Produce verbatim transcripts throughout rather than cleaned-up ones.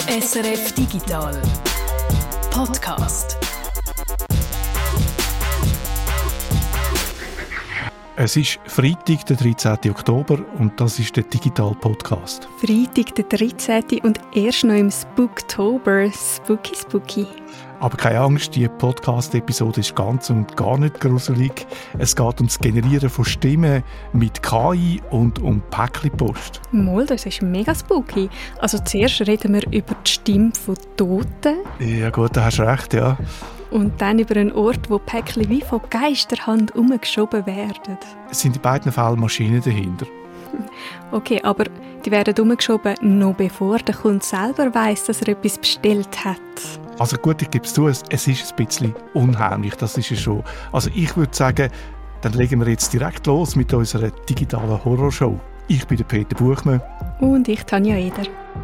S R F Digital Podcast. Es ist Freitag, der dreizehnten Oktober, und das ist der Digital Podcast. Freitag, der dreizehnten und erst noch im Spooktober. Spooky, spooky. Aber keine Angst, die Podcast-Episode ist ganz und gar nicht gruselig. Es geht um das Generieren von Stimmen mit K I und um Päckli-Post. Mal, das ist mega spooky. Also zuerst reden wir über die Stimme von Toten. Ja gut, da hast du recht, ja. Und dann über einen Ort, wo Päckli wie von Geisterhand umgeschoben werden. Es sind in beiden Fällen Maschinen dahinter. Okay, aber die werden umgeschoben, noch bevor der Kunde selber weiss, dass er etwas bestellt hat. Also gut, ich gebe es zu, es, es ist ein bisschen unheimlich, das ist es schon. Also ich würde sagen, dann legen wir jetzt direkt los mit unserer digitalen Horrorshow. Ich bin der Peter Buchmann. Und ich, Tanja Eder.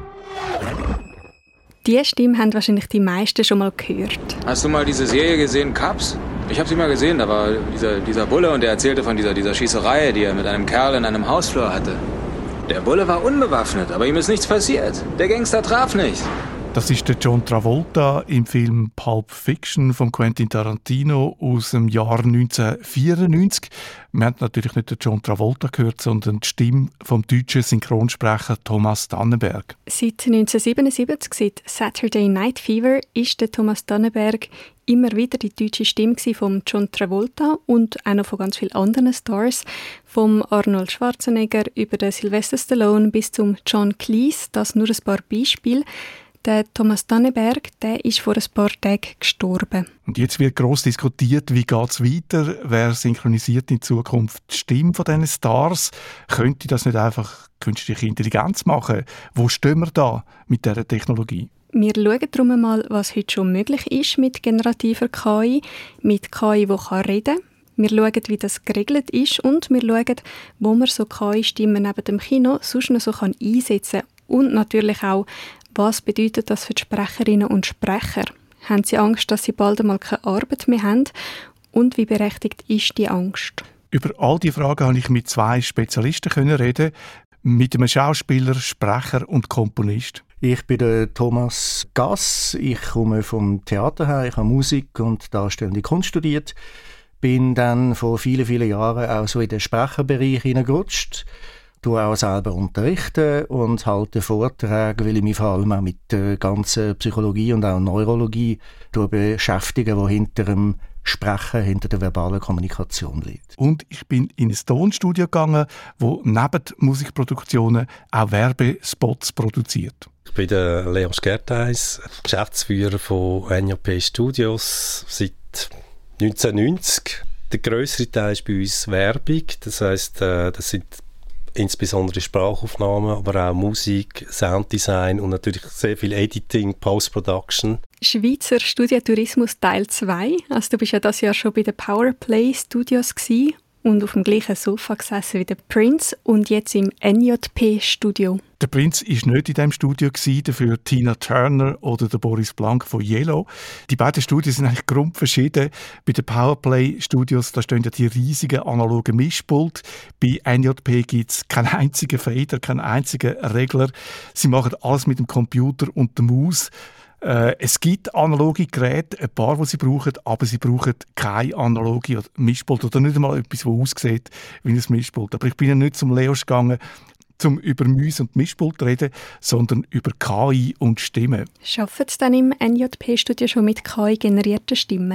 Diese Stimme haben wahrscheinlich die meisten schon mal gehört. Hast du mal diese Serie gesehen, Cops? Ich habe sie mal gesehen, da war dieser, dieser Bulle und der erzählte von dieser, dieser Schießerei, die er mit einem Kerl in einem Hausflur hatte. Der Bulle war unbewaffnet, aber ihm ist nichts passiert. Der Gangster traf nicht. Das ist der John Travolta im Film Pulp Fiction von Quentin Tarantino aus dem Jahr neunzehnhundertvierundneunzig. Wir haben natürlich nicht den John Travolta gehört, sondern die Stimme vom deutschen Synchronsprecher Thomas Dannenberg. Seit neunzehnhundertsiebenundsiebzig, seit Saturday Night Fever, ist der Thomas Dannenberg immer wieder die deutsche Stimme von John Travolta und auch noch von ganz vielen anderen Stars, vom Arnold Schwarzenegger über den Sylvester Stallone bis zum John Cleese, das nur ein paar Beispiele. Der Thomas Dannenberg, der ist vor ein paar Tagen gestorben. Und jetzt wird gross diskutiert, wie geht es weiter? Wer synchronisiert in Zukunft die Stimme von diesen Stars? Könnte das nicht einfach künstliche Intelligenz machen? Wo stehen wir da mit dieser Technologie? Wir schauen darum einmal, was heute schon möglich ist mit generativer K I, mit K I, die reden kann. Wir schauen, wie das geregelt ist, und wir schauen, wo man so K I-Stimmen neben dem Kino sonst noch so einsetzen kann. Und natürlich auch, was bedeutet das für die Sprecherinnen und Sprecher? Haben sie Angst, dass sie bald einmal keine Arbeit mehr haben? Und wie berechtigt ist die Angst? Über all diese Fragen konnte ich mit zwei Spezialisten reden, mit einem Schauspieler, Sprecher und Komponist. Ich bin der Thomas Gass, ich komme vom Theater her, ich habe Musik und darstellende Kunst studiert. Bin dann vor vielen, vielen Jahren auch so in den Sprecherbereich hineingerutscht. Ich auch selber unterrichten und halte Vorträge, weil ich mich vor allem auch mit der ganzen Psychologie und auch Neurologie beschäftige, die hinter dem Sprechen, hinter der verbalen Kommunikation liegt. Und ich bin in ein Tonstudio gegangen, wo neben Musikproduktionen auch Werbespots produziert. Ich bin der Leon Skerteis, Geschäftsführer von N J P Studios seit neunzehnhundertneunzig. Der grössere Teil ist bei uns Werbung, das heisst, das sind insbesondere Sprachaufnahmen, aber auch Musik, Sounddesign und natürlich sehr viel Editing, Post-Production. Schweizer Studiotourismus Teil zwei. Also du bist ja das Jahr schon bei den Powerplay Studios gewesen und auf dem gleichen Sofa gesessen wie der Prince und jetzt im N J P-Studio. Der Prince war nicht in diesem Studio, dafür Tina Turner oder der Boris Blank von Yellow. Die beiden Studios sind eigentlich grundverschieden. Bei den Powerplay-Studios da stehen ja die riesigen analogen Mischpult. Bei N J P gibt es keinen einzigen Fader, keinen einzigen Regler. Sie machen alles mit dem Computer und der Maus. Äh, es gibt analoge Geräte, ein paar, die sie brauchen, aber sie brauchen keine analoge Mischpult oder nicht einmal etwas, das aussieht wie ein Mischpult. Aber ich bin ja nicht zum Leos gegangen, um über Mäuse und Mischpult zu reden, sondern über K I und Stimmen. Arbeiten Sie dann im N J P-Studio schon mit K I-generierten Stimmen?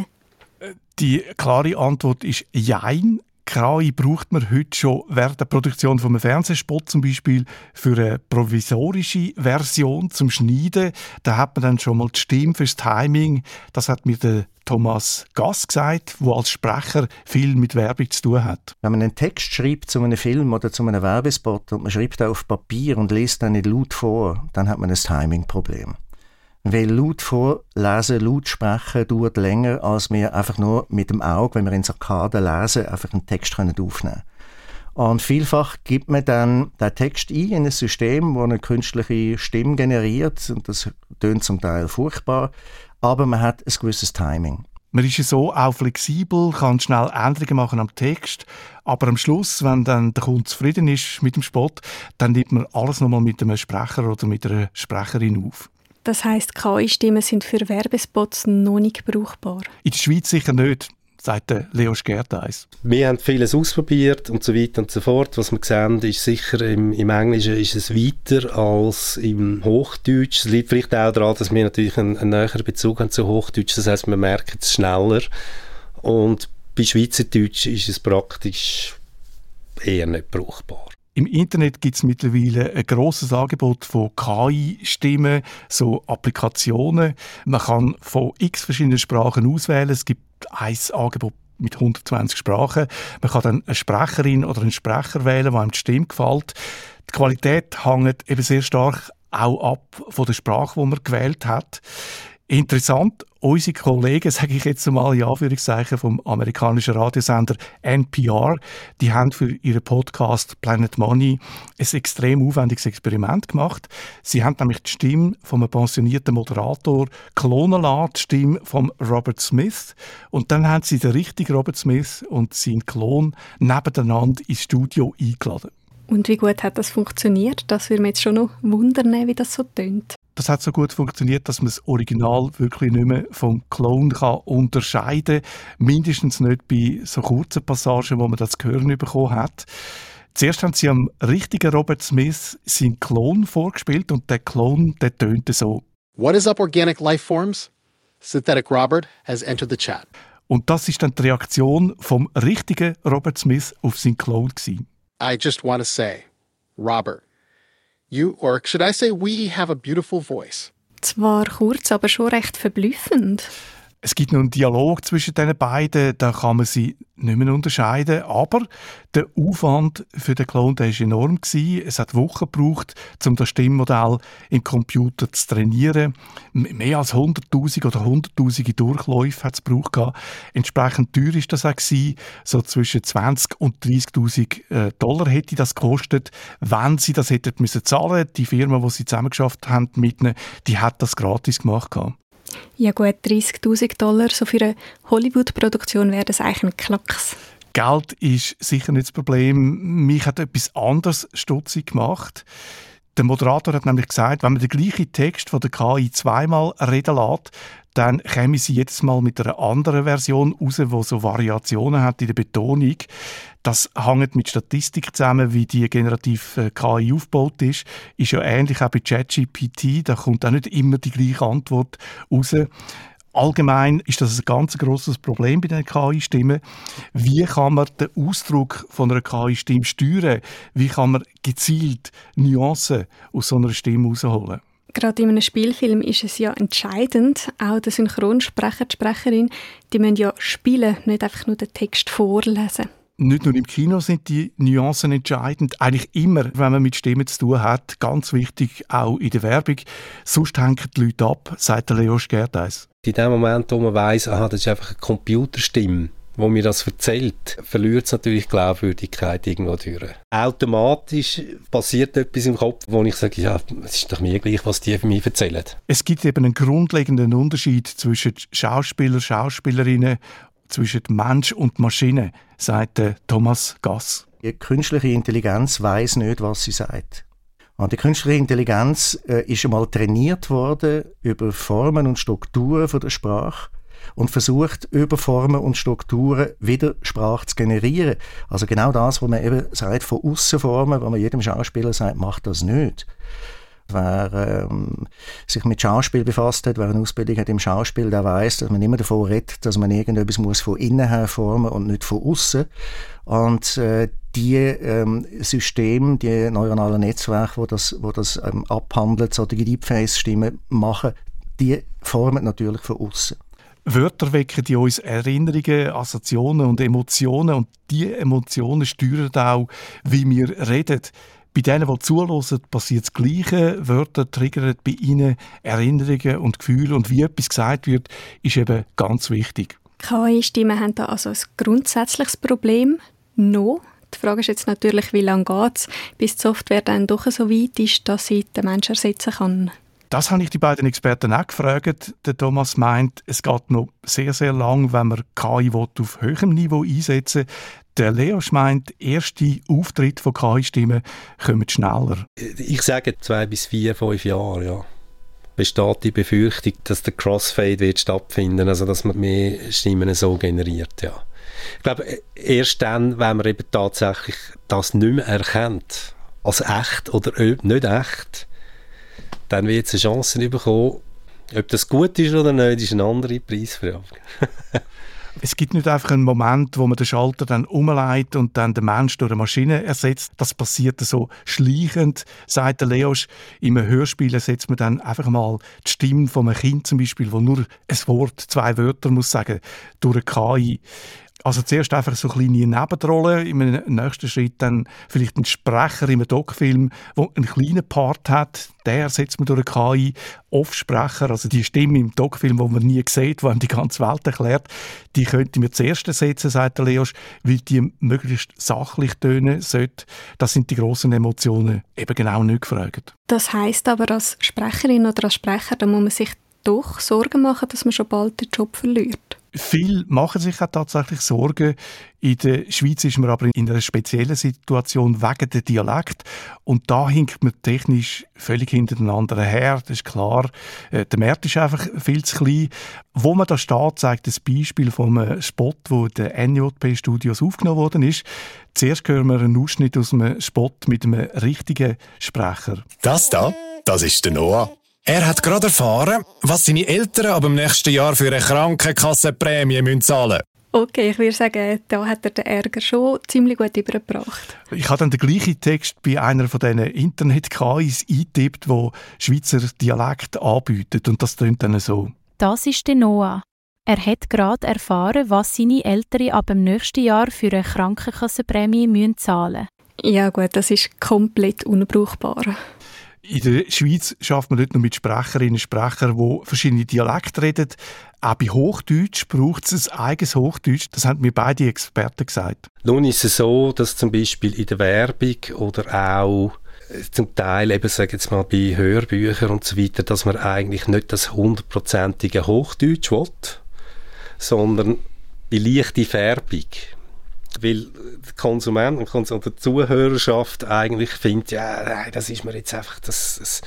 Die klare Antwort ist Jein. K I braucht man heute schon während der Produktion von einem Fernsehspot zum Beispiel für eine provisorische Version zum Schneiden. Da hat man dann schon mal die Stimme fürs Timing. Das hat mir der Thomas Gass gesagt, der als Sprecher viel mit Werbung zu tun hat. Wenn man einen Text schreibt zu einem Film oder zu einem Werbespot und man schreibt auf Papier und liest dann nicht laut vor, dann hat man ein Timing-Problem. Weil laut vorlesen, laut sprechen dauert länger, als wir einfach nur mit dem Auge, wenn wir in Arkaden lesen, einfach einen Text aufnehmen können. Und vielfach gibt man dann den Text ein in ein System, das eine künstliche Stimme generiert. Und das tönt zum Teil furchtbar, aber man hat ein gewisses Timing. Man ist ja so auch flexibel, kann schnell Änderungen machen am Text, aber am Schluss, wenn dann der Kunde zufrieden ist mit dem Spot, dann nimmt man alles nochmal mit einem Sprecher oder mit einer Sprecherin auf. Das heisst, K I-Stimmen sind für Werbespots noch nicht brauchbar? In der Schweiz sicher nicht, sagt Leo Sgerteis. Wir haben vieles ausprobiert und so weiter und so fort. Was wir sehen, ist sicher, im, im Englischen ist es weiter als im Hochdeutsch. Es liegt vielleicht auch daran, dass wir natürlich einen, einen näheren Bezug haben zu Hochdeutsch. Das heisst, wir merken es schneller. Und bei Schweizerdeutsch ist es praktisch eher nicht brauchbar. Im Internet gibt es mittlerweile ein grosses Angebot von K I-Stimmen, so Applikationen. Man kann von x verschiedenen Sprachen auswählen. Es gibt ein Angebot mit hundertzwanzig Sprachen. Man kann dann eine Sprecherin oder einen Sprecher wählen, der einem die Stimme gefällt. Die Qualität hängt eben sehr stark auch ab von der Sprache, die man gewählt hat. Interessant, unsere Kollegen, sage ich jetzt mal in Anführungszeichen, vom amerikanischen Radiosender N P R, die haben für ihren Podcast Planet Money ein extrem aufwendiges Experiment gemacht. Sie haben nämlich die Stimme von einem pensionierten Moderator klonen lassen, die Stimme von Robert Smith. Und dann haben sie den richtigen Robert Smith und seinen Klon nebeneinander ins Studio eingeladen. Und wie gut hat das funktioniert? Das würde mich jetzt schon noch wundern, wie das so tönt. Das hat so gut funktioniert, dass man das Original wirklich nicht mehr vom Clone kann unterscheiden kann. Mindestens nicht bei so kurzen Passagen, wo man das zu hören bekommen hat. Zuerst haben sie am richtigen Robert Smith seinen Klon vorgespielt und der Klon, der tönte so. What is up, organic life forms? Synthetic Robert has entered the chat. Und das ist dann die Reaktion vom richtigen Robert Smith auf seinen Klon gewesen. I just want to say, Robert, you, or should I say we, have a beautiful voice. Zwar kurz, aber schon recht verblüffend. Es gibt noch einen Dialog zwischen den beiden, da kann man sie nicht mehr unterscheiden. Aber der Aufwand für den Klon war enorm. Es hat Wochen gebraucht, um das Stimmmodell im Computer zu trainieren. Mehr als hunderttausend oder hunderttausende Durchläufe hat es gebraucht. Entsprechend teuer war das auch. So zwischen zwanzig und dreißigtausend Dollar hätte das gekostet, wenn sie das hätten müssen zahlen. Die Firma, die sie zusammengeschafft haben mit ihnen, die hat das gratis gemacht. Ja gut, dreißigtausend Dollar, so für eine Hollywood-Produktion wäre das eigentlich ein Klacks. Geld ist sicher nicht das Problem. Mich hat etwas anderes stutzig gemacht. Der Moderator hat nämlich gesagt, wenn man den gleichen Text von der K I zweimal reden lässt, dann käme sie jedes Mal mit einer anderen Version raus, die so Variationen hat in der Betonung. Das hängt mit Statistik zusammen, wie die generative K I aufgebaut ist. Ist ja ähnlich auch bei ChatGPT, da kommt auch nicht immer die gleiche Antwort raus. Allgemein ist das ein ganz grosses Problem bei den K I-Stimmen. Wie kann man den Ausdruck von einer K I-Stimme steuern? Wie kann man gezielt Nuancen aus so einer Stimme herausholen? Gerade in einem Spielfilm ist es ja entscheidend, auch der Synchronsprecher, die Sprecherin, die müssen ja spielen, nicht einfach nur den Text vorlesen. Nicht nur im Kino sind die Nuancen entscheidend, eigentlich immer, wenn man mit Stimmen zu tun hat, ganz wichtig, auch in der Werbung. Sonst hängen die Leute ab, sagt Leo Sgerteis. In dem Moment, wo man weiss, aha, das ist einfach eine Computerstimme, wo mir das erzählt, verliert es natürlich Glaubwürdigkeit irgendwo durch. Automatisch passiert etwas im Kopf, wo ich sage, ja, es ist doch mir gleich, was die für mich erzählen. Es gibt eben einen grundlegenden Unterschied zwischen Schauspieler, Schauspielerinnen, zwischen Mensch und Maschine, sagt Thomas Gass. Die künstliche Intelligenz weiss nicht, was sie sagt. Und die künstliche Intelligenz äh, ist einmal trainiert worden über Formen und Strukturen von der Sprache und versucht, über Formen und Strukturen wieder Sprache zu generieren. Also genau das, was man eben sagt, von aussen Formen, wo man jedem Schauspieler sagt, macht das nicht. Wer ähm, sich mit Schauspiel befasst hat, wer eine Ausbildung hat im Schauspiel, der weiss, dass man immer davon redet, dass man irgendetwas muss von innen her formen und nicht von außen. Und äh, die ähm, Systeme, die neuronalen Netzwerke, wo das, wo das ähm, abhandelt, so die Deepface-Stimmen machen, die formen natürlich von außen. Wörter wecken die uns Erinnerungen, Assoziationen und Emotionen und diese Emotionen steuern auch, wie wir reden. Bei denen, die zuhören, passiert das Gleiche. Wörter triggern bei ihnen Erinnerungen und Gefühle. Und wie etwas gesagt wird, ist eben ganz wichtig. K I-Stimmen haben da also ein grundsätzliches Problem. No. Die Frage ist jetzt natürlich, wie lange geht es, bis die Software dann doch so weit ist, dass sie den Menschen ersetzen kann. Das habe ich die beiden Experten auch gefragt. Der Thomas meint, es geht noch sehr, sehr lang, wenn man K I auf höherem Niveau einsetzen will. Der Leos meint, erste Auftritte von K I-Stimmen kommen schneller. Ich sage zwei bis vier, fünf Jahre, ja. besteht die Befürchtung, dass der Crossfade wird stattfinden, also dass man mehr Stimmen so generiert, ja. Ich glaube, erst dann, wenn man eben tatsächlich das nicht mehr erkennt, als echt oder nicht echt, dann wird es eine Chance bekommen. Ob das gut ist oder nicht, ist eine andere Preisfrage. Es gibt nicht einfach einen Moment, wo man den Schalter dann umleitet und dann den Mensch durch eine Maschine ersetzt. Das passiert so schleichend, sagt der Leosch. Im Hörspiel ersetzt man dann einfach mal die Stimme von einem Kind zum Beispiel, wo nur ein Wort, zwei Wörter muss sagen, durch eine K I. Also zuerst einfach so kleine Nebenrollen, im nächsten Schritt dann vielleicht ein Sprecher in einem Doc-Film, der einen kleinen Part hat, der ersetzt man durch eine K I. Off-Sprecher, also die Stimme im Doc-Film, die man nie sieht, die einem die ganze Welt erklärt, die könnte man zuerst ersetzen, sagt der Leosch, weil die möglichst sachlich tönen sollte. Das sind die grossen Emotionen eben genau nicht gefragt. Das heisst aber, als Sprecherin oder als Sprecher, da muss man sich doch Sorgen machen, dass man schon bald den Job verliert. Viele machen sich auch tatsächlich Sorgen. In der Schweiz ist man aber in einer speziellen Situation wegen der Dialekt. Und da hinkt man technisch völlig hinter den anderen her. Das ist klar. Der Markt ist einfach viel zu klein. Wo man da steht, zeigt das Beispiel von einem Spot, wo der N J P Studios aufgenommen worden ist. Zuerst hören wir einen Ausschnitt aus einem Spot mit einem richtigen Sprecher. Das da, das ist der Noah. Er hat gerade erfahren, was seine Eltern ab dem nächsten Jahr für eine Krankenkassenprämie zahlen müssen. Okay, ich würde sagen, da hat er den Ärger schon ziemlich gut überbracht. Ich habe dann den gleichen Text bei einer von diesen Internet-K Is eingetippt, die Schweizer Dialekt anbietet. Und das klingt dann so. Das ist der Noah. Er hat gerade erfahren, was seine Eltern ab dem nächsten Jahr für eine Krankenkassenprämie zahlen müssen. Ja gut, das ist komplett unbrauchbar. In der Schweiz schafft man nicht nur mit Sprecherinnen und Sprechern, die verschiedene Dialekte reden. Auch bei Hochdeutsch braucht es ein eigenes Hochdeutsch. Das haben mir beide Experten gesagt. Nun ist es so, dass zum Beispiel in der Werbung oder auch zum Teil eben, sagen jetzt mal, bei Hörbüchern und so weiter, dass man eigentlich nicht das hundertprozentige Hochdeutsch will, sondern die leichte Färbung. Weil der Konsument und die Zuhörerschaft eigentlich findet, ja, nein, das ist mir jetzt einfach, das, das,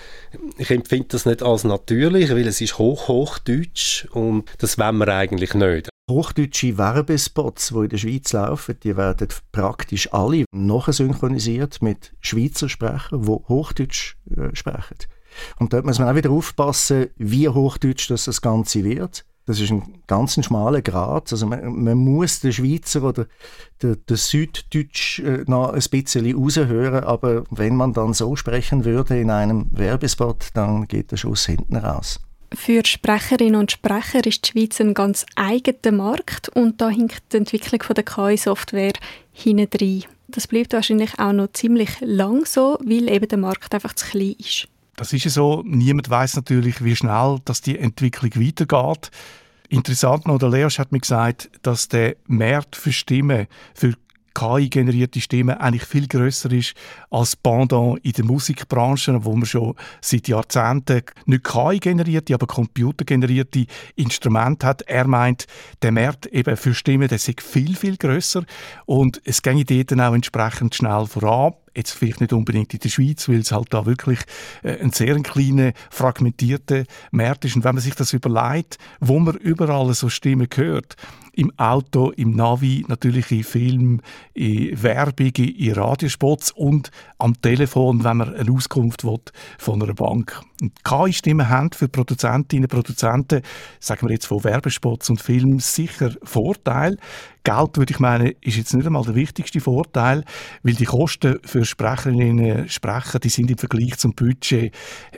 ich empfinde das nicht als natürlich, weil es ist hoch-hochdeutsch und das wollen wir eigentlich nicht. Hochdeutsche Werbespots, die in der Schweiz laufen, die werden praktisch alle nachsynchronisiert mit Schweizer Sprechern, die Hochdeutsch äh, sprechen. Und dort muss man auch wieder aufpassen, wie hochdeutsch das, das Ganze wird. Das ist ein ganz schmaler Grat. Also man, man muss den Schweizer oder den, den Süddeutsch äh, noch ein bisschen raushören, aber wenn man dann so sprechen würde in einem Werbespot, dann geht der Schuss hinten raus. Für Sprecherinnen und Sprecher ist die Schweiz ein ganz eigener Markt und da hinkt die Entwicklung von der K I-Software hinein. Das bleibt wahrscheinlich auch noch ziemlich lang so, weil eben der Markt einfach zu klein ist. Das ist ja so. Niemand weiss natürlich, wie schnell dass die Entwicklung weitergeht. Interessant noch, der Leosch hat mir gesagt, dass der Markt für Stimmen, für K I-generierte Stimmen eigentlich viel grösser ist als Pendant in der Musikbranche, wo man schon seit Jahrzehnten nicht K I-generierte, aber computergenerierte Instrumente hat. Er meint, der Markt eben für Stimmen, der sei viel, viel grösser und es ginge dort dann auch entsprechend schnell voran. Jetzt vielleicht nicht unbedingt in der Schweiz, weil es halt da wirklich äh, ein sehr kleiner, fragmentierter Markt ist. Und wenn man sich das überlegt, wo man überall so Stimmen hört, im Auto, im Navi, natürlich in Filmen, in Werbung, in Radiospots und am Telefon, wenn man eine Auskunft will von einer Bank. Und K I-Stimmen haben für Produzentinnen und Produzenten, sagen wir jetzt von Werbespots und Filmen, sicher Vorteile. Geld, würde ich meinen, ist jetzt nicht einmal der wichtigste Vorteil, weil die Kosten für Sprecherinnen und Sprecher, die sind im Vergleich zum Budget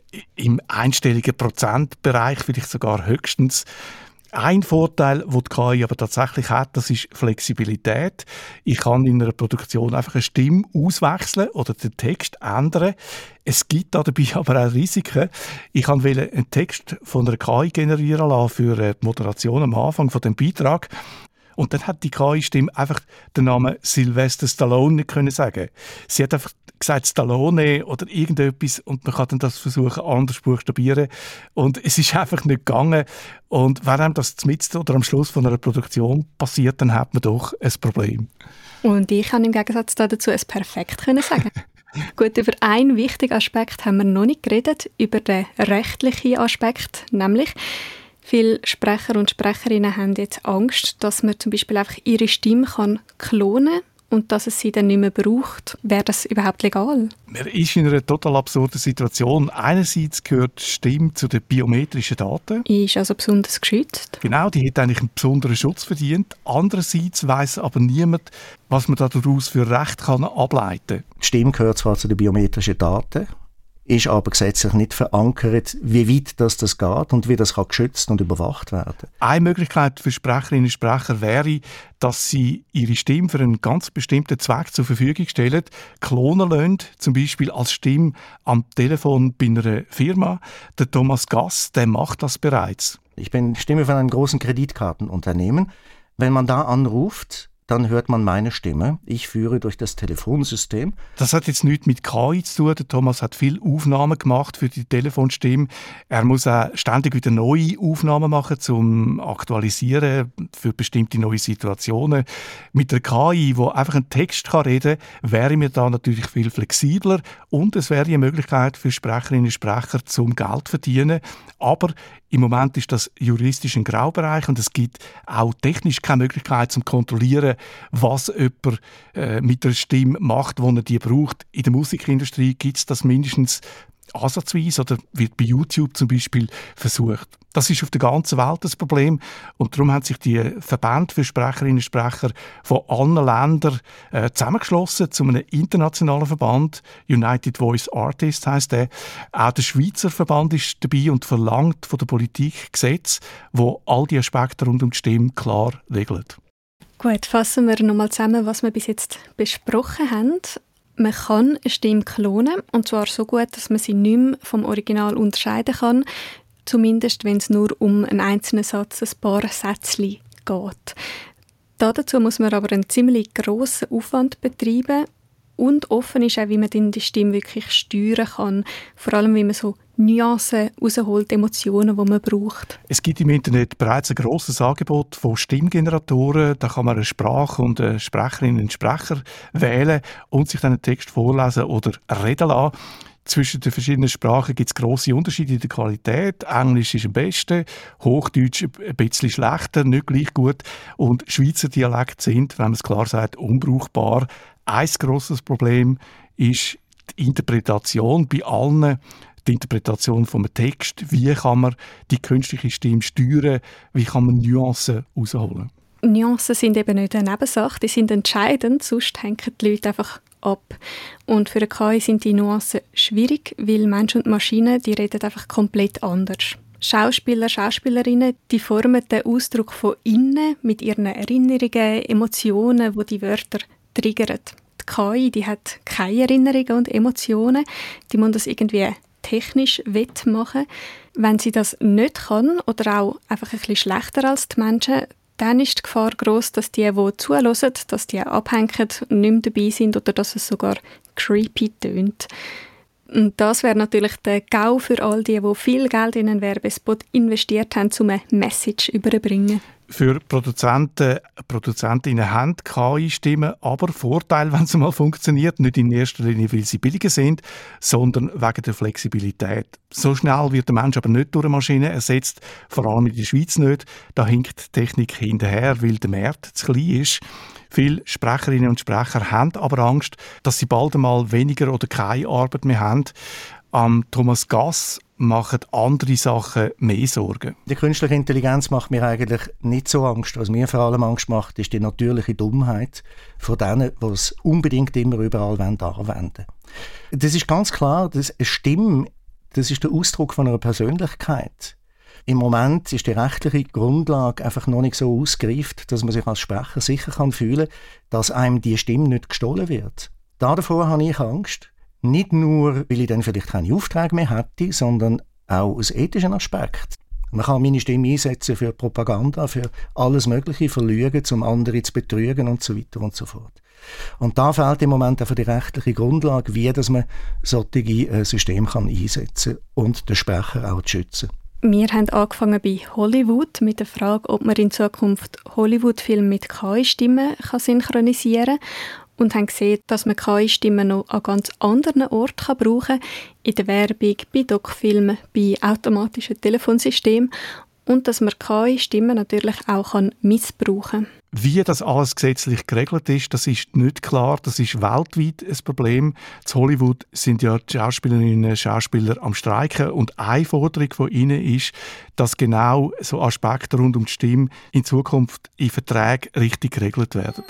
im einstelligen Prozentbereich, vielleicht sogar höchstens. Ein Vorteil, den die K I aber tatsächlich hat, das ist Flexibilität. Ich kann in einer Produktion einfach eine Stimme auswechseln oder den Text ändern. Es gibt dabei aber auch Risiken. Ich kann einen Text von einer K I generieren lassen für die Moderation am Anfang von dem Beitrag. Und dann hat die K I-Stimme einfach den Namen Sylvester Stallone nicht können sagen. Sie hat einfach gesagt Stallone oder irgendetwas und man kann dann das versuchen, anders buchstabieren. Und es ist einfach nicht gegangen. Und wenn einem das mitten oder am Schluss von einer Produktion passiert, dann hat man doch ein Problem. Und ich kann im Gegensatz dazu es perfekt können sagen. Gut, über einen wichtigen Aspekt haben wir noch nicht geredet, über den rechtlichen Aspekt, nämlich viele Sprecher und Sprecherinnen haben jetzt Angst, dass man zum Beispiel einfach ihre Stimme kann klonen kann und dass es sie dann nicht mehr braucht. Wäre das überhaupt legal? Man ist in einer total absurden Situation. Einerseits gehört die Stimme zu den biometrischen Daten. Ist also besonders geschützt. Genau, die hat eigentlich einen besonderen Schutz verdient. Andererseits weiss aber niemand, was man daraus für Recht kann ableiten kann. Die Stimme gehört zwar zu den biometrischen Daten, ist aber gesetzlich nicht verankert, wie weit das, das geht und wie das kann geschützt und überwacht werden. Eine Möglichkeit für Sprecherinnen und Sprecher wäre, dass sie ihre Stimme für einen ganz bestimmten Zweck zur Verfügung stellen, klonen lassen, zum Beispiel als Stimme am Telefon bei einer Firma. Der Thomas Gass, der macht das bereits. Ich bin Stimme von einem großen Kreditkartenunternehmen. Wenn man da anruft, dann hört man meine Stimme. Ich führe durch das Telefonsystem. Das hat jetzt nichts mit K I zu tun. Der Thomas hat viele Aufnahmen gemacht für die Telefonstimme. Er muss auch ständig wieder neue Aufnahmen machen, zum Aktualisieren für bestimmte neue Situationen. Mit der K I, die einfach einen Text kann reden kann, wäre mir da natürlich viel flexibler und es wäre eine Möglichkeit für Sprecherinnen und Sprecher, zum Geld zu verdienen. Aber im Moment ist das juristisch ein Graubereich und es gibt auch technisch keine Möglichkeit, zu kontrollieren, was jemand äh, mit der Stimme macht, wo er die braucht. In der Musikindustrie gibt es das mindestens ansatzweise oder wird bei YouTube zum Beispiel versucht. Das ist auf der ganzen Welt das Problem und darum haben sich die Verbände für Sprecherinnen und Sprecher von allen Ländern äh, zusammengeschlossen zu einem internationalen Verband. United Voice Artists heisst der. Auch der Schweizer Verband ist dabei und verlangt von der Politik Gesetze, wo all die Aspekte rund um die Stimme klar regeln. Gut, fassen wir nochmal zusammen, was wir bis jetzt besprochen haben. Man kann eine Stimme klonen, und zwar so gut, dass man sie nicht mehr vom Original unterscheiden kann, zumindest wenn es nur um einen einzelnen Satz, ein paar Sätzchen geht. Dazu muss man aber einen ziemlich grossen Aufwand betreiben und offen ist auch, wie man dann die Stimme wirklich steuern kann, vor allem wie man so Nuancen rausholt, Emotionen, die man braucht. Es gibt im Internet bereits ein grosses Angebot von Stimmgeneratoren. Da kann man eine Sprache und eine Sprecherin und Sprecher wählen und sich dann einen Text vorlesen oder reden lassen. Zwischen den verschiedenen Sprachen gibt es grosse Unterschiede in der Qualität. Englisch ist am besten, Hochdeutsch ein bisschen schlechter, nicht gleich gut. Und Schweizer Dialekte sind, wenn man es klar sagt, unbrauchbar. Ein grosses Problem ist die Interpretation bei allen. Die Interpretation vom Text, wie kann man die künstliche Stimme steuern, wie kann man Nuancen herausholen. Nuancen sind eben nicht eine Nebensache, die sind entscheidend, sonst hängen die Leute einfach ab. Und für eine K I sind die Nuancen schwierig, weil Mensch und Maschine, die reden einfach komplett anders. Schauspieler, Schauspielerinnen, die formen den Ausdruck von innen mit ihren Erinnerungen, Emotionen, die die Wörter triggern. Die K I, die hat keine Erinnerungen und Emotionen, die muss das irgendwie technisch wettmachen. Wenn sie das nicht kann oder auch einfach ein bisschen schlechter als die Menschen, dann ist die Gefahr gross, dass die, die zuhören, dass die abhängen, nicht mehr dabei sind oder dass es sogar creepy tönt. Und das wäre natürlich der GAU für all die, die viel Geld in einen Werbespot investiert haben, um eine Message überzubringen. Für Produzenten, Produzentinnen haben K I-Stimmen aber Vorteil, wenn es mal funktioniert. Nicht in erster Linie, weil sie billiger sind, sondern wegen der Flexibilität. So schnell wird der Mensch aber nicht durch eine Maschine ersetzt, vor allem in der Schweiz nicht. Da hinkt die Technik hinterher, weil der Markt zu klein ist. Viele Sprecherinnen und Sprecher haben aber Angst, dass sie bald einmal weniger oder keine Arbeit mehr haben. Am Thomas Gass machen andere Sachen mehr Sorgen. Die künstliche Intelligenz macht mir eigentlich nicht so Angst. Was mir vor allem Angst macht, ist die natürliche Dummheit von denen, die es unbedingt immer überall anwenden wollen. Das ist ganz klar, dass eine Stimme, das ist der Ausdruck von einer Persönlichkeit. Im Moment ist die rechtliche Grundlage einfach noch nicht so ausgereift, dass man sich als Sprecher sicher kann fühlen kann, dass einem die Stimme nicht gestohlen wird. Davor habe ich Angst. Nicht nur, weil ich dann vielleicht keine Aufträge mehr hätte, sondern auch aus ethischen Aspekten. Man kann meine Stimme einsetzen für Propaganda, für alles Mögliche, für Lügen, um andere zu betrügen und so weiter und so fort. Und da fehlt im Moment einfach die rechtliche Grundlage, wie dass man solche Systeme kann einsetzen kann und den Sprecher auch zu schützen. Wir haben angefangen bei Hollywood mit der Frage, ob man in Zukunft Hollywood-Filme mit K I-Stimmen synchronisieren kann. und haben gesehen, dass man K I-Stimmen noch an ganz anderen Orten brauchen kann, in der Werbung, bei Doc-Filmen, bei automatischen Telefonsystemen und dass man K I-Stimmen natürlich auch missbrauchen kann. Wie das alles gesetzlich geregelt ist, das ist nicht klar. Das ist weltweit ein Problem. In Hollywood sind ja die Schauspielerinnen und Schauspieler am Streiken. Und eine Forderung von ihnen ist, dass genau so Aspekte rund um die Stimme in Zukunft in Verträgen richtig geregelt werden.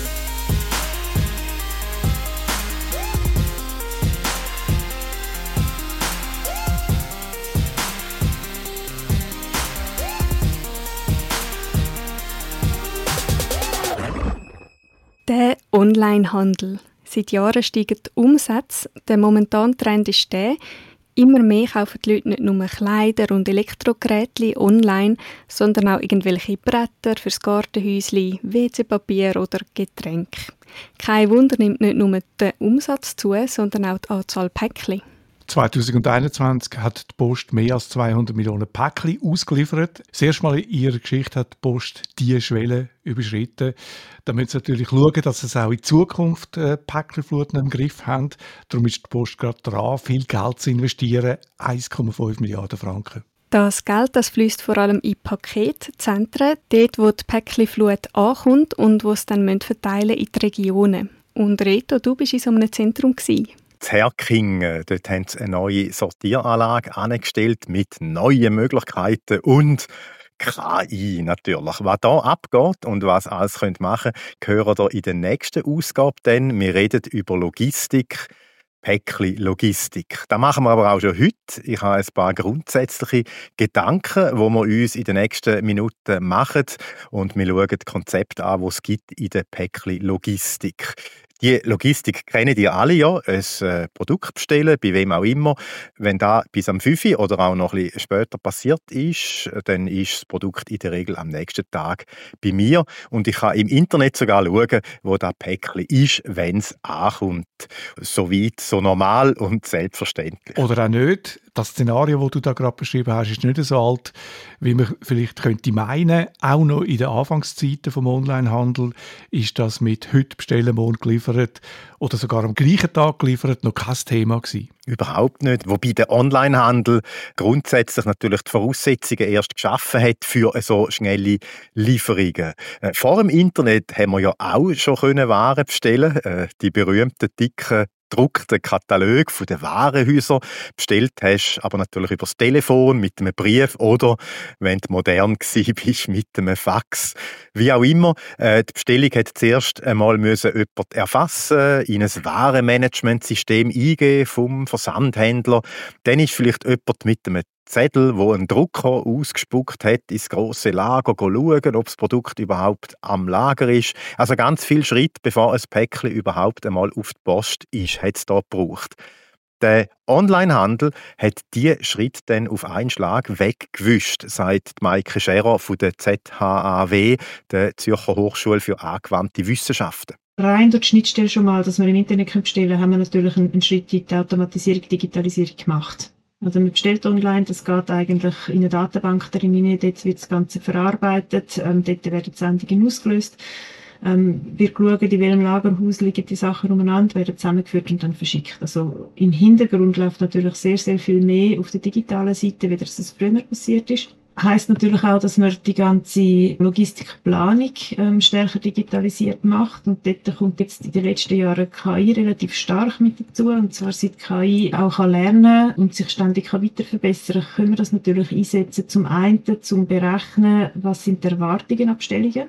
Der Onlinehandel. Seit Jahren steigen die Umsätze. Der momentane Trend ist der, immer mehr kaufen die Leute nicht nur Kleider und Elektrogeräte online, sondern auch irgendwelche Bretter fürs Gartenhäuschen, W C-Papier oder Getränke. Kein Wunder nimmt nicht nur der Umsatz zu, sondern auch die Anzahl Päckchen. zwanzig einundzwanzig hat die Post mehr als zweihundert Millionen Päckchen ausgeliefert. Das erste Mal in ihrer Geschichte hat die Post diese Schwelle überschritten. Da müssen sie natürlich schauen, dass sie auch in Zukunft äh, Päckchenfluten im Griff haben. Darum ist die Post gerade dran, viel Geld zu investieren, eins Komma fünf Milliarden Franken. Das Geld das fließt vor allem in Paketzentren, dort wo die Päckchenflut ankommt und wo es dann verteilen in die Regionen. Und Reto, du bist in so einem Zentrum gewesen. In Herkingen, dort haben sie eine neue Sortieranlage angestellt mit neuen Möglichkeiten und K I natürlich. Was da abgeht und was alles machen könnt, hören wir in der nächsten Ausgabe. Denn wir reden über Logistik, Päckchen-Logistik. Das machen wir aber auch schon heute. Ich habe ein paar grundsätzliche Gedanken, die wir uns in den nächsten Minuten machen. Und wir schauen das Konzept an, das es gibt in der Päckchen-Logistik. Die Logistik kennen die alle ja, ein äh, Produkt bestellen, bei wem auch immer. Wenn das bis am fünf Uhr oder auch noch ein bisschen später passiert ist, dann ist das Produkt in der Regel am nächsten Tag bei mir. Und ich kann im Internet sogar schauen, wo das Päckchen ist, wenn es ankommt. So weit, so normal und selbstverständlich. Oder auch nicht. Das Szenario, das du da gerade beschrieben hast, ist nicht so alt, wie man vielleicht könnte meinen. Auch noch in den Anfangszeiten des Onlinehandel ist das mit «heute bestellen, morgen geliefert» oder sogar am gleichen Tag geliefert noch kein Thema gewesen. Überhaupt nicht. Wobei der Onlinehandel grundsätzlich natürlich die Voraussetzungen erst geschaffen hat für so schnelle Lieferungen. Vor dem Internet haben wir ja auch schon Waren bestellen können. Die berühmten, dicken, gedruckten Katalog von den Warenhäusern bestellt hast, aber natürlich über das Telefon, mit einem Brief oder, wenn du modern gsi bist, mit einem Fax. Wie auch immer, äh, die Bestellung hat zuerst einmal müssen jemand erfassen, in ein Warenmanagementsystem eingeben vom Versandhändler. Dann ist vielleicht jemand mit einem Zettel, wo ein Drucker ausgespuckt hat, ins grosse Lager schauen, ob das Produkt überhaupt am Lager ist. Also ganz viel Schritt, bevor ein Päckchen überhaupt einmal auf die Post ist, hat es da gebraucht. Der Onlinehandel hat diese Schritt dann auf einen Schlag weggewischt, sagt Maike Scherer von der Z H A W, der Zürcher Hochschule für angewandte Wissenschaften. Rein durch die Schnittstelle schon mal, dass wir im Internet bestellen können, haben wir natürlich einen Schritt in die Automatisierung, Digitalisierung gemacht. Also man bestellt online, das geht eigentlich in eine Datenbank darin hinein, dort wird das Ganze verarbeitet, ähm, dort werden die Sendungen ausgelöst. Ähm, wir schauen, in welchem Lagerhaus liegen die Sachen umeinander, werden zusammengeführt und dann verschickt. Also im Hintergrund läuft natürlich sehr, sehr viel mehr auf der digitalen Seite, wie das früher passiert ist. Heisst natürlich auch, dass man die ganze Logistikplanung ähm, stärker digitalisiert macht. Und dort kommt jetzt in den letzten Jahren K I relativ stark mit dazu. Und zwar seit K I auch kann lernen und sich ständig kann weiter verbessern kann, können wir das natürlich einsetzen. Zum einen zum Berechnen, was sind die Erwartungen an Bestellungen.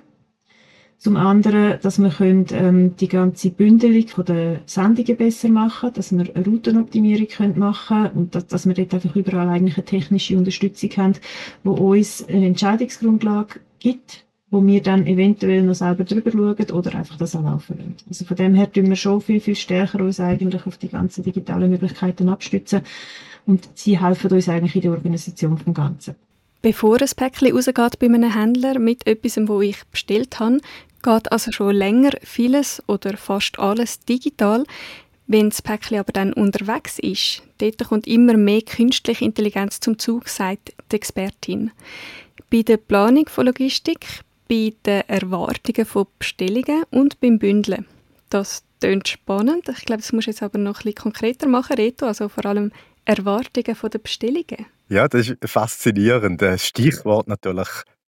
Zum anderen, dass wir können, ähm, die ganze Bündelung von der Sendungen besser machen, dass wir eine Routenoptimierung können machen und dass, dass wir dort einfach überall eigentlich eine technische Unterstützung haben, die uns eine Entscheidungsgrundlage gibt, wo wir dann eventuell noch selber drüber schauen oder einfach das anlaufen lassen. Also von dem her tun wir schon viel, viel stärker uns eigentlich auf die ganzen digitalen Möglichkeiten abstützen und sie helfen uns eigentlich in der Organisation vom Ganzen. Bevor ein Päckchen rausgeht bei einem Händler mit etwas, das ich bestellt habe, geht also schon länger vieles oder fast alles digital. Wenn das Päckchen aber dann unterwegs ist, dort kommt immer mehr künstliche Intelligenz zum Zug, sagt die Expertin. Bei der Planung von Logistik, bei den Erwartungen von Bestellungen und beim Bündeln. Das Tönt spannend. Ich glaube, das musst du jetzt aber noch ein bisschen konkreter machen, Reto, also vor allem Erwartungen der Bestellungen. Ja, das ist faszinierend. Das Stichwort natürlich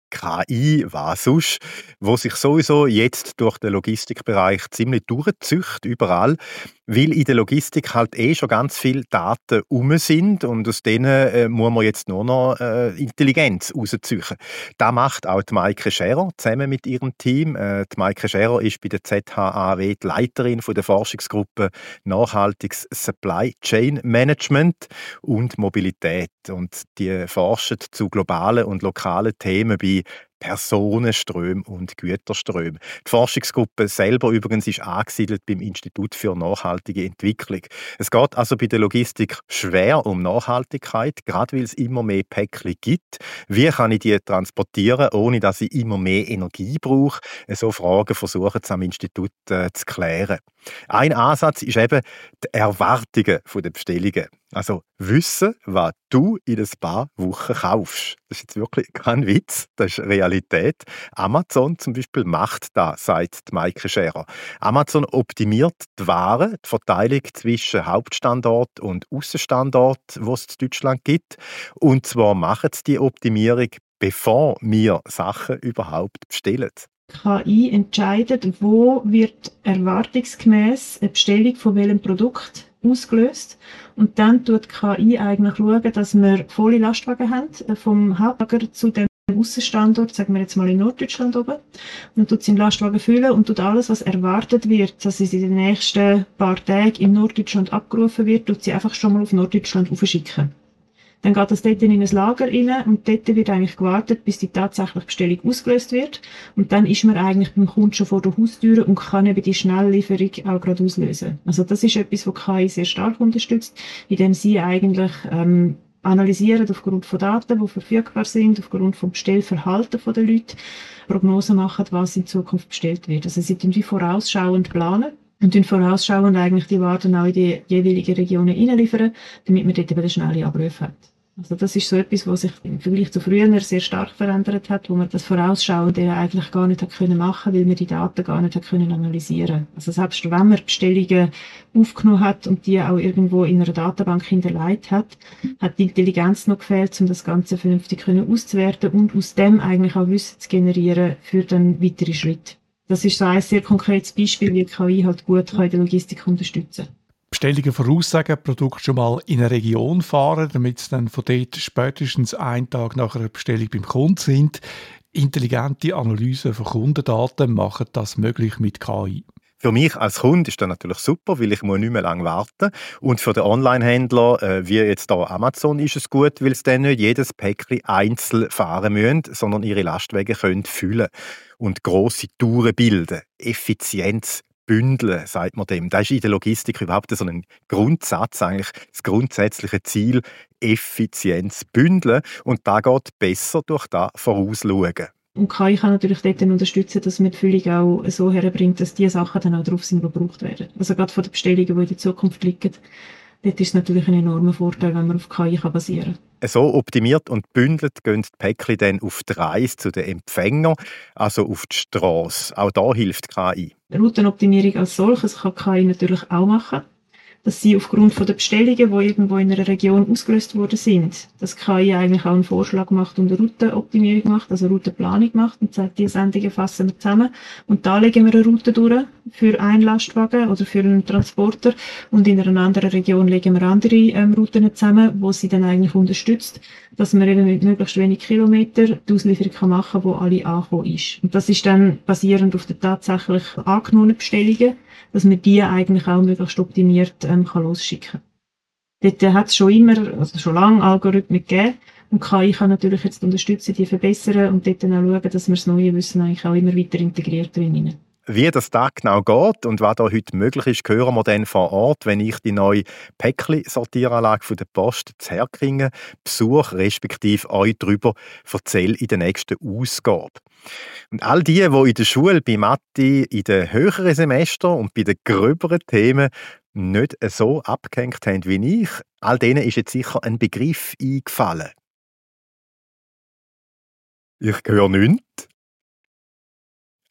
K I, was sonst, wo sich sowieso jetzt durch den Logistikbereich ziemlich durchzücht, überall, weil in der Logistik halt eh schon ganz viele Daten rum sind und aus denen äh, muss man jetzt nur noch äh, Intelligenz rausziehen. Das macht auch die Maike Scherer zusammen mit ihrem Team. Äh, die Maike Scherer ist bei der Z H A W die Leiterin von der Forschungsgruppe Nachhaltiges Supply Chain Management und Mobilität. Und die forschen zu globalen und lokalen Themen bei Personenströmen und Güterströmen. Die Forschungsgruppe selber übrigens ist angesiedelt beim Institut für nachhaltige Entwicklung. Es geht also bei der Logistik schwer um Nachhaltigkeit, gerade weil es immer mehr Päckchen gibt. Wie kann ich die transportieren, ohne dass ich immer mehr Energie brauche? So Fragen versuchen sie am Institut äh, zu klären. Ein Ansatz ist eben die Erwartungen der Bestellungen. Also wissen, was du in ein paar Wochen kaufst. Das ist jetzt wirklich kein Witz, das ist Realität. Amazon zum Beispiel macht das, sagt die Maike Scherer. Amazon optimiert die Waren, die Verteilung zwischen Hauptstandort und Aussenstandort, wo es in Deutschland gibt. Und zwar machen sie die Optimierung, bevor wir Sachen überhaupt bestellen. K I entscheidet, wo wird erwartungsgemäß eine Bestellung von welchem Produkt ausgelöst. Und dann tut K I eigentlich schauen, dass wir volle Lastwagen haben, vom Hauptlager zu dem Aussenstandort, sagen wir jetzt mal in Norddeutschland oben. Und dann tut sie den Lastwagen füllen und tut alles, was erwartet wird, dass es in den nächsten paar Tagen in Norddeutschland abgerufen wird, tut sie einfach schon mal auf Norddeutschland aufschicken. Dann geht das dort in ein Lager rein und dort wird eigentlich gewartet, bis die tatsächliche Bestellung ausgelöst wird. Und dann ist man eigentlich beim Kunden schon vor der Haustür und kann eben die Schnelllieferung auch gerade auslösen. Also das ist etwas, was K I sehr stark unterstützt, indem sie eigentlich ähm, analysieren aufgrund von Daten, die verfügbar sind, aufgrund vom Bestellverhalten der Leute, Prognosen machen, was in Zukunft bestellt wird. Also sie tun wie vorausschauend planen und tun vorausschauend eigentlich die Waren auch in die jeweiligen Regionen hineinliefern, damit man dort eben eine schnelle Abrufe hat. Also das ist so etwas, was sich im Vergleich zu früher sehr stark verändert hat, wo man das Vorausschauende eigentlich gar nicht hat können machen, weil man die Daten gar nicht hat können analysieren. Also selbst wenn man Bestellungen aufgenommen hat und die auch irgendwo in einer Datenbank hinterlegt hat, hat die Intelligenz noch gefehlt, um das Ganze vernünftig können auszuwerten und aus dem eigentlich auch Wissen zu generieren für den weiteren Schritt. Das ist so ein sehr konkretes Beispiel, wie K I halt gut in der Logistik unterstützen kann. Bestellungen voraussagen, Produkt schon mal in eine Region fahren, damit sie dann von dort spätestens einen Tag nach einer Bestellung beim Kunden sind. Intelligente Analysen von Kundendaten machen das möglich mit K I. Für mich als Kunde ist das natürlich super, weil ich muss nicht mehr lange warten. Und für den Onlinehändler, äh, wie jetzt hier Amazon, ist es gut, weil sie dann nicht jedes Päckchen einzeln fahren müssen, sondern ihre Lastwagen können füllen und grosse Touren bilden. Effizienz bündeln, sagt man dem. Das ist in der Logistik überhaupt so ein Grundsatz, eigentlich das grundsätzliche Ziel, Effizienz bündeln. Und da geht besser durch das Vorausschauen. Und K I kann natürlich dort unterstützen, dass man die Füllung auch so herbringt, dass die Sachen dann auch drauf sind, die gebraucht werden. Also gerade von den Bestellungen, die in der Zukunft liegen, dort ist es natürlich ein enormer Vorteil, wenn man auf K I basieren kann. So optimiert und bündelt gehen die Päckchen dann auf die Reise zu den Empfängern, also auf die Strasse. Auch da hilft K I. Routenoptimierung als solches kann K I natürlich auch machen. Dass sie aufgrund von der Bestellungen, die irgendwo in einer Region ausgelöst worden sind, dass K I eigentlich auch einen Vorschlag macht und eine Routenoptimierung macht, also eine Routenplanung macht und sagt, die Sendungen fassen wir zusammen und da legen wir eine Route durch für einen Lastwagen oder für einen Transporter und in einer anderen Region legen wir andere ähm, Routen zusammen, wo sie dann eigentlich unterstützt, dass man eben mit möglichst wenig Kilometer die Auslieferung kann machen kann, wo alle angekommen ist. Und das ist dann basierend auf den tatsächlich angenommenen Bestellungen, dass man die eigentlich auch möglichst optimiert ähm, kann losschicken kann. Dort hat es schon immer, also schon lange Algorithmen gegeben und K I kann natürlich jetzt unterstützen, die verbessern und dort dann auch schauen, dass wir das neue Wissen eigentlich auch immer weiter integriert drin. Wie das da genau geht und was da heute möglich ist, hören wir dann vor Ort, wenn ich die neue Päckli-Sortieranlage von der Post zu Herkingen besuche, respektive euch darüber erzähle in der nächsten Ausgabe. Und all die, die in der Schule bei Mathe in den höheren Semestern und bei den gröberen Themen nicht so abgehängt haben wie ich, all denen ist jetzt sicher ein Begriff eingefallen. Ich höre nichts.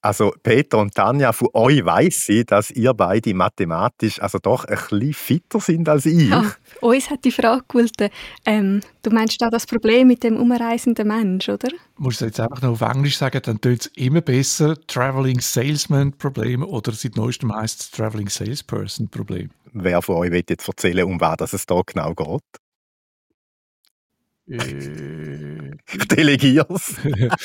Also Peter und Tanja, von euch weiss ich, dass ihr beide mathematisch also doch ein bisschen fitter sind als ich. Ja, uns hat die Frage geholt, ähm, du meinst da das Problem mit dem umreisenden Mensch, oder? Musst du jetzt einfach noch auf Englisch sagen, dann tönt es immer besser. Traveling Salesman Problem oder seit neuestem heisst es Traveling Salesperson Problem. Wer von euch will jetzt erzählen, um was es da genau geht? Äh. Ich delegier's.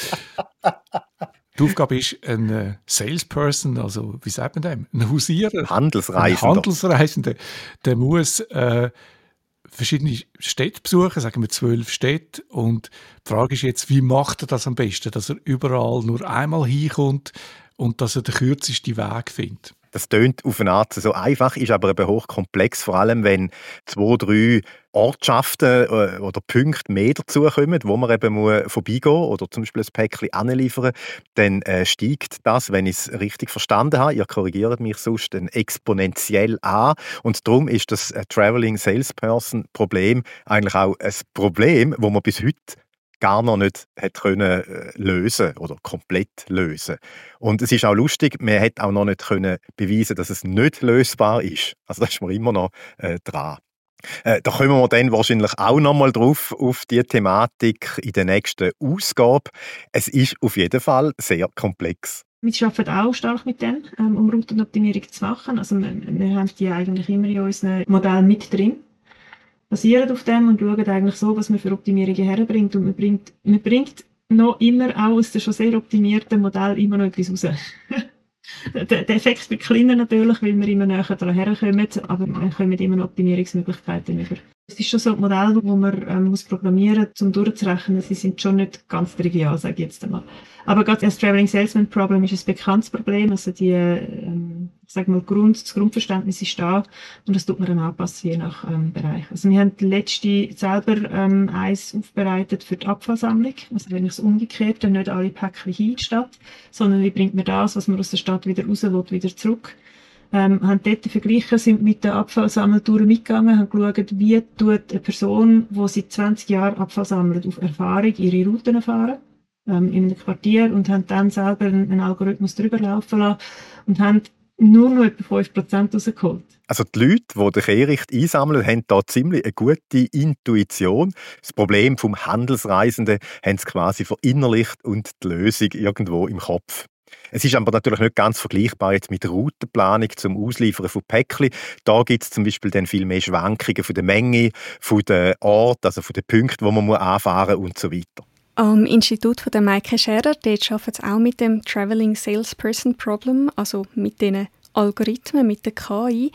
Die Aufgabe ist ein äh, Salesperson, also wie sagt man dem? Ein Hausierer. Handelsreisender. Ein Handelsreisender. Der muss äh, verschiedene Städte besuchen, sagen wir zwölf Städte. Und die Frage ist jetzt, wie macht er das am besten? Dass er überall nur einmal hinkommt und dass er den kürzesten Weg findet. Das tönt auf eine Art so einfach, ist aber eben hochkomplex, vor allem wenn zwei, drei Ortschaften oder Punkte mehr dazukommen, wo man eben muss vorbeigehen oder zum Beispiel ein Päckchen anliefern, dann äh, steigt das, wenn ich es richtig verstanden habe, ihr korrigiert mich sonst, dann exponentiell an. Und darum ist das Traveling Salesperson Problem eigentlich auch ein Problem, das man bis heute gar noch nicht hat können lösen oder komplett lösen. Und es ist auch lustig, man hat auch noch nicht können beweisen, dass es nicht lösbar ist. Also da ist man immer noch äh, dran. Äh, da kommen wir dann wahrscheinlich auch noch mal drauf auf die Thematik in der nächsten Ausgabe. Es ist auf jeden Fall sehr komplex. Wir arbeiten auch stark mit dem, ähm, um Routenoptimierung zu machen. Also wir, wir haben die eigentlich immer in unseren Modellen mit drin. Basieren auf dem und schauen eigentlich so, was man für Optimierungen herbringt. Und man bringt, man bringt noch immer auch aus dem schon sehr optimierten Modell immer noch etwas raus. der, der Effekt wird kleiner natürlich, weil wir immer näher daran herkommen, aber wir kommen immer noch Optimierungsmöglichkeiten über. Es ist schon so ein Modell, das man ähm, muss programmieren muss, um durchzurechnen. Sie sind schon nicht ganz trivial, sage ich jetzt einmal. Aber gerade das Traveling Salesman Problem ist ein bekanntes Problem. Also die, ähm, sag mal, Grund, das Grundverständnis ist da und das tut man dann anpassen, je nach ähm, Bereich. Also wir haben letzte selber ähm, eins aufbereitet für die Abfallsammlung. Also wenn ich es umgekehrt, dann nicht alle Päckchen hin in die Stadt, sondern wie bringt man das, was man aus der Stadt wieder raus will, wieder zurück. Ähm, haben dort verglichen, sind mit den Abfallsammeltouren mitgegangen, haben geschaut, wie tut eine Person, die seit zwanzig Jahren Abfall sammelt, auf Erfahrung ihre Routen fahren, ähm, in einem Quartier, und haben dann selber einen, einen Algorithmus drüber laufen lassen und haben nur noch etwa fünf Prozent rausgeholt. Also die Leute, die den Kehricht einsammeln, haben da ziemlich eine gute Intuition. Das Problem vom Handelsreisenden haben sie quasi verinnerlicht und die Lösung irgendwo im Kopf. Es ist aber natürlich nicht ganz vergleichbar jetzt mit der Routenplanung zum Ausliefern von Päckchen. Da gibt es zum Beispiel dann viel mehr Schwankungen von der Menge, von den Orten, also von den Punkten, wo man anfahren muss und so weiter. Am Institut von der Maike Scherer, dort arbeiten sie auch mit dem Traveling Salesperson Problem, also mit diesen Algorithmen, mit der K I.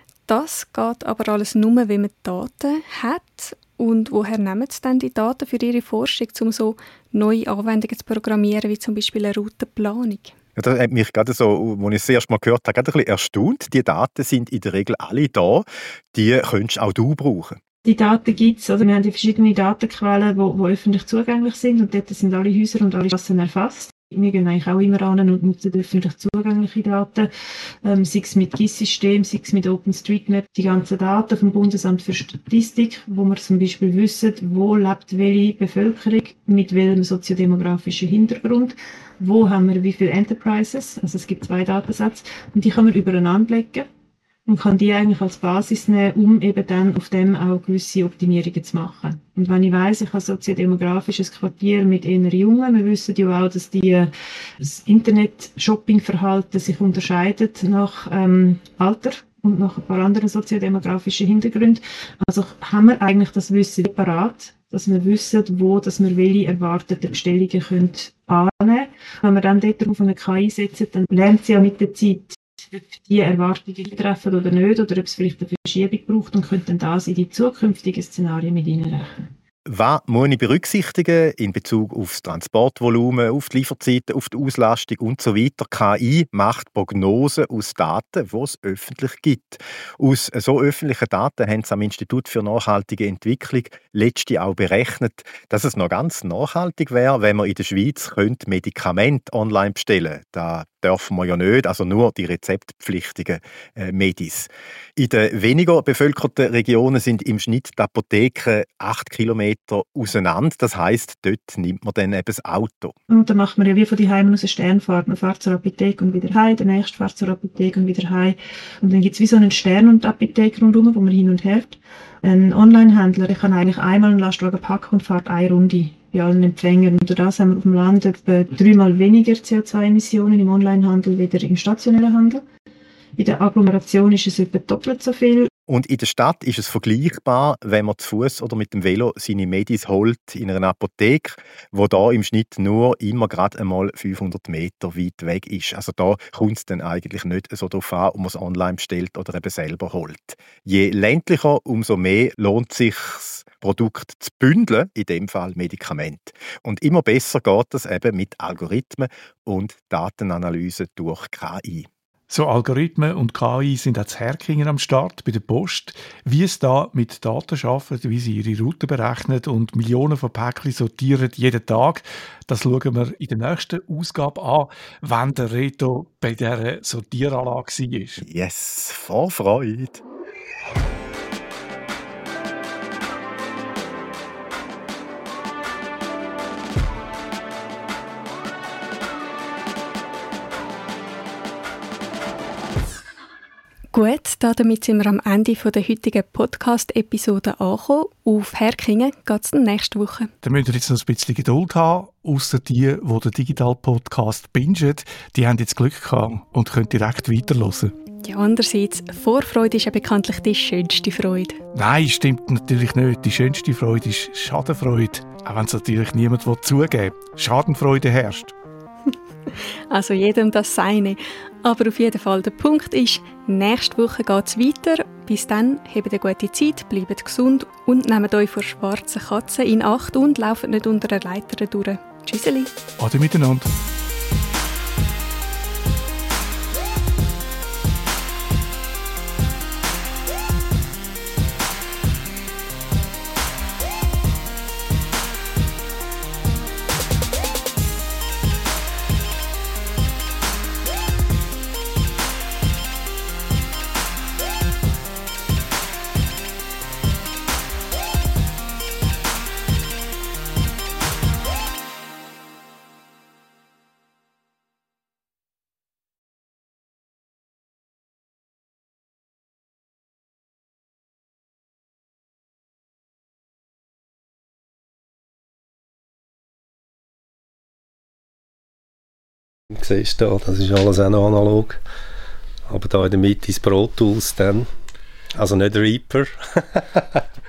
Das geht aber alles nur, wenn man Daten hat. Und woher nehmen sie dann die Daten für ihre Forschung, um so neue Anwendungen zu programmieren, wie zum Beispiel eine Routenplanung? Ja, das hat mich gerade so, als ich es das erste Mal gehört habe, gerade ein bisschen erstaunt. Die Daten sind in der Regel alle da. Die könntest auch du brauchen. Die Daten gibt es. Also wir haben die verschiedenen Datenquellen, die öffentlich zugänglich sind. Und dort sind alle Häuser und alle Strassen erfasst. Wir gehen eigentlich auch immer an und nutzen öffentlich zugängliche Daten, ähm, sei es mit G I S-System, sei es mit OpenStreetMap, die ganzen Daten vom Bundesamt für Statistik, wo wir zum Beispiel wissen, wo lebt welche Bevölkerung, mit welchem soziodemografischen Hintergrund, wo haben wir wie viele Enterprises, also es gibt zwei Datensätze, und die kann man übereinander legen und kann die eigentlich als Basis nehmen, um eben dann auf dem auch gewisse Optimierungen zu machen. Und wenn ich weiss, ich habe soziodemografisches Quartier mit eher Jungen, wir wissen ja auch, dass die, das Internet-Shopping-Verhalten sich unterscheidet nach ähm, Alter und nach ein paar anderen soziodemografischen Hintergründen. Also haben wir eigentlich das Wissen parat, dass wir wissen, wo dass wir welche erwarteten Bestellungen können annehmen können. Wenn wir dann dort auf eine K I setzen, dann lernt sie ja mit der Zeit, ob die Erwartungen treffen oder nicht, oder ob es vielleicht eine Verschiebung braucht, und könnte dann das in die zukünftigen Szenarien mit einrechnen. Was muss ich berücksichtigen in Bezug auf das Transportvolumen, auf die Lieferzeiten, auf die Auslastung und so weiter? K I macht Prognosen aus Daten, die es öffentlich gibt. Aus so öffentlichen Daten haben sie am Institut für nachhaltige Entwicklung letztens auch berechnet, dass es noch ganz nachhaltig wäre, wenn man in der Schweiz Medikamente online bestellen könnte. Da dürfen wir ja nicht, also nur die rezeptpflichtigen äh, Medis. In den weniger bevölkerten Regionen sind im Schnitt die Apotheken acht Kilometer auseinander. Das heisst, dort nimmt man dann eben das Auto. Und dann macht man ja wie von die Heim aus eine Sternfahrt. Man fährt zur Apotheke und wieder heim, der nächste fährt zur Apotheke und wieder heim. Und dann gibt es wie so einen Stern und die Apotheke rundherum, wo man hin und her. Ein Online-Händler, der kann eigentlich einmal einen Lastwagen packen und fährt eine Runde bei allen Empfängern. Und dadurch haben wir auf dem Land etwa dreimal weniger C O zwei Emissionen im Onlinehandel wie im stationären Handel. In der Agglomeration ist es etwa doppelt so viel. Und in der Stadt ist es vergleichbar, wenn man zu Fuß oder mit dem Velo seine Medis holt in einer Apotheke, wo da im Schnitt nur immer gerade einmal fünfhundert Meter weit weg ist. Also da kommt es dann eigentlich nicht so darauf an, ob man es online bestellt oder eben selber holt. Je ländlicher, umso mehr lohnt es sich, das Produkt zu bündeln, in dem Fall Medikamente. Und immer besser geht das eben mit Algorithmen und Datenanalyse durch K I. So Algorithmen und K I sind auch zu Herkingen am Start bei der Post. Wie es da mit Daten arbeitet, wie sie ihre Route berechnen und Millionen von Päckchen sortieren jeden Tag, das schauen wir in der nächsten Ausgabe an, wenn der Reto bei dieser Sortieranlage war. Yes, vor Freude! Gut, damit sind wir am Ende der heutigen Podcast-Episode angekommen. Auf Herkingen geht es nächste Woche. Da müsst ihr jetzt noch ein bisschen Geduld haben, ausser die, die den Digital-Podcast bingen. Die haben jetzt Glück gehabt und können direkt weiterhören. Ja, andererseits, Vorfreude ist ja bekanntlich die schönste Freude. Nein, stimmt natürlich nicht. Die schönste Freude ist Schadenfreude. Auch wenn es natürlich niemand zugeben will. Schadenfreude herrscht. Also jedem das Seine. Aber auf jeden Fall, der Punkt ist, nächste Woche geht es weiter. Bis dann, habt eine gute Zeit, bleibt gesund und nehmt euch vor schwarzen Katzen in Acht und lauft nicht unter den Leitern durch. Tschüsseli. Ade miteinander. Du siehst da, das ist alles auch noch analog. Aber da in der Mitte ist Pro Tools dann. Also nicht Reaper.